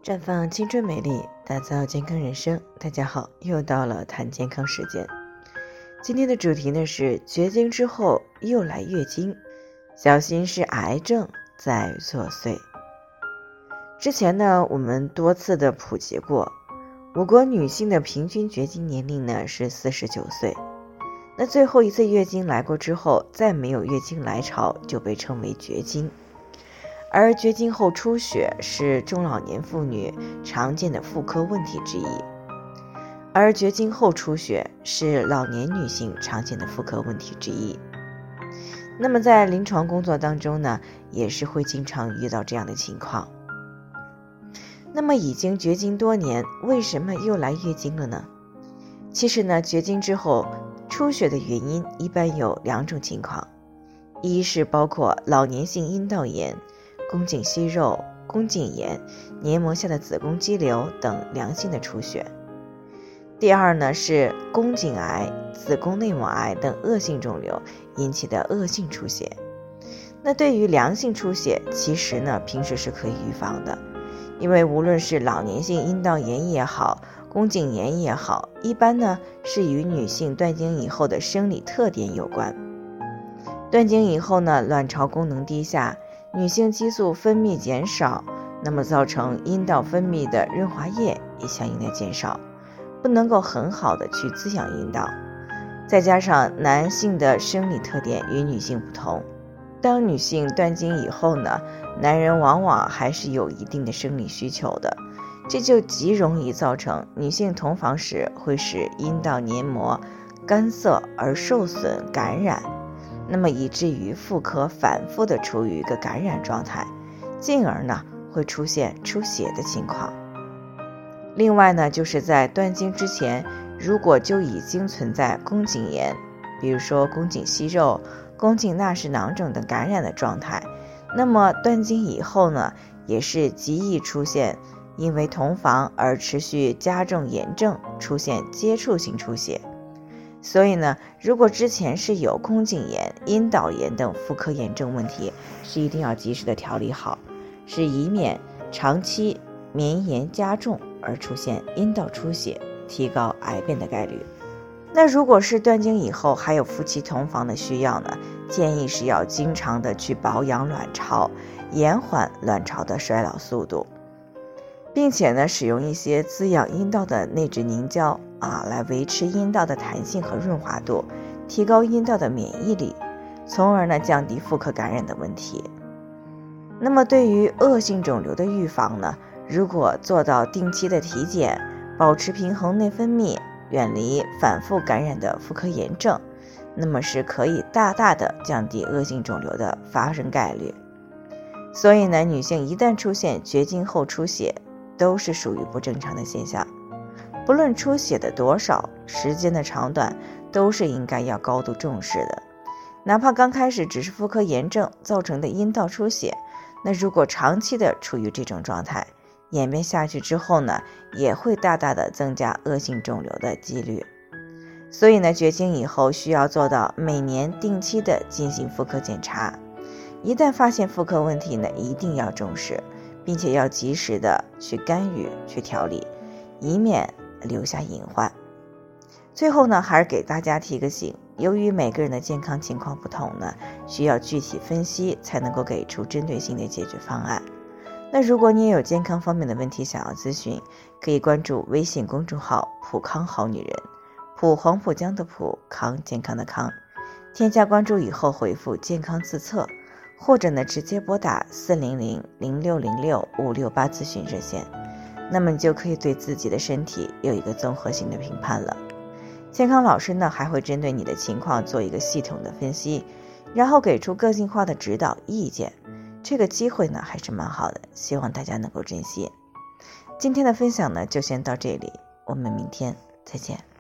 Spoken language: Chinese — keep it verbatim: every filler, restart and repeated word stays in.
绽放青春美丽，打造健康人生。大家好，又到了谈健康时间。今天的主题呢是绝经之后又来月经，小心是癌症在作祟。之前呢我们多次的普及过，我国女性的平均绝经年龄呢是四十九岁，那最后一次月经来过之后，再没有月经来潮就被称为绝经。而绝经后出血是中老年妇女常见的妇科问题之一，而绝经后出血是老年女性常见的妇科问题之一。那么在临床工作当中呢，也是会经常遇到这样的情况。那么已经绝经多年，为什么又来月经了呢？其实呢，绝经之后出血的原因一般有两种情况，一是包括老年性阴道炎、宫颈息肉、宫颈炎、黏膜下的子宫肌瘤等良性的出血。第二呢是宫颈癌、子宫内膜癌等恶性肿瘤引起的恶性出血。那对于良性出血，其实呢平时是可以预防的，因为无论是老年性阴道炎也好，宫颈炎也好，一般呢是与女性断经以后的生理特点有关。断经以后呢，卵巢功能低下，女性激素分泌减少，那么造成阴道分泌的润滑液也相应的减少，不能够很好的去滋养阴道。再加上男性的生理特点与女性不同，当女性断经以后呢，男人往往还是有一定的生理需求的，这就极容易造成女性同房时会使阴道黏膜干涩而受损感染，那么以至于妇科反复的处于一个感染状态，进而呢会出现出血的情况。另外呢，就是在断经之前，如果就已经存在宫颈炎，比如说宫颈息肉、宫颈纳氏囊肿等感染的状态，那么断经以后呢，也是极易出现因为同房而持续加重炎症，出现接触性出血。所以呢，如果之前是有宫颈炎、阴道炎等妇科炎症问题，是一定要及时的调理好，是以免长期绵延加重而出现阴道出血，提高癌变的概率。那如果是断经以后还有夫妻同房的需要呢，建议是要经常的去保养卵巢，延缓卵巢的衰老速度，并且呢，使用一些滋养阴道的内脂凝胶啊，来维持阴道的弹性和润滑度，提高阴道的免疫力，从而呢降低妇科感染的问题。那么对于恶性肿瘤的预防呢，如果做到定期的体检，保持平衡内分泌，远离反复感染的妇科炎症，那么是可以大大的降低恶性肿瘤的发生概率。所以呢，女性一旦出现绝经后出血，都是属于不正常的现象，不论出血的多少，时间的长短，都是应该要高度重视的。哪怕刚开始只是妇科炎症造成的阴道出血，那如果长期的处于这种状态，演变下去之后呢，也会大大的增加恶性肿瘤的几率。所以呢，绝经以后需要做到每年定期的进行妇科检查，一旦发现妇科问题呢，一定要重视，并且要及时的去干预、去调理，以免留下隐患。最后呢，还是给大家提个醒，由于每个人的健康情况不同呢，需要具体分析才能够给出针对性的解决方案。那如果你也有健康方面的问题想要咨询，可以关注微信公众号普康好女人，普黄浦江的普，康健康的康，添加关注以后回复健康自测，或者呢直接拨打四零零零六零六五六八咨询热线，那么你就可以对自己的身体有一个综合性的评判了。健康老师呢还会针对你的情况做一个系统的分析，然后给出个性化的指导意见。这个机会呢还是蛮好的，希望大家能够珍惜。今天的分享呢就先到这里，我们明天再见。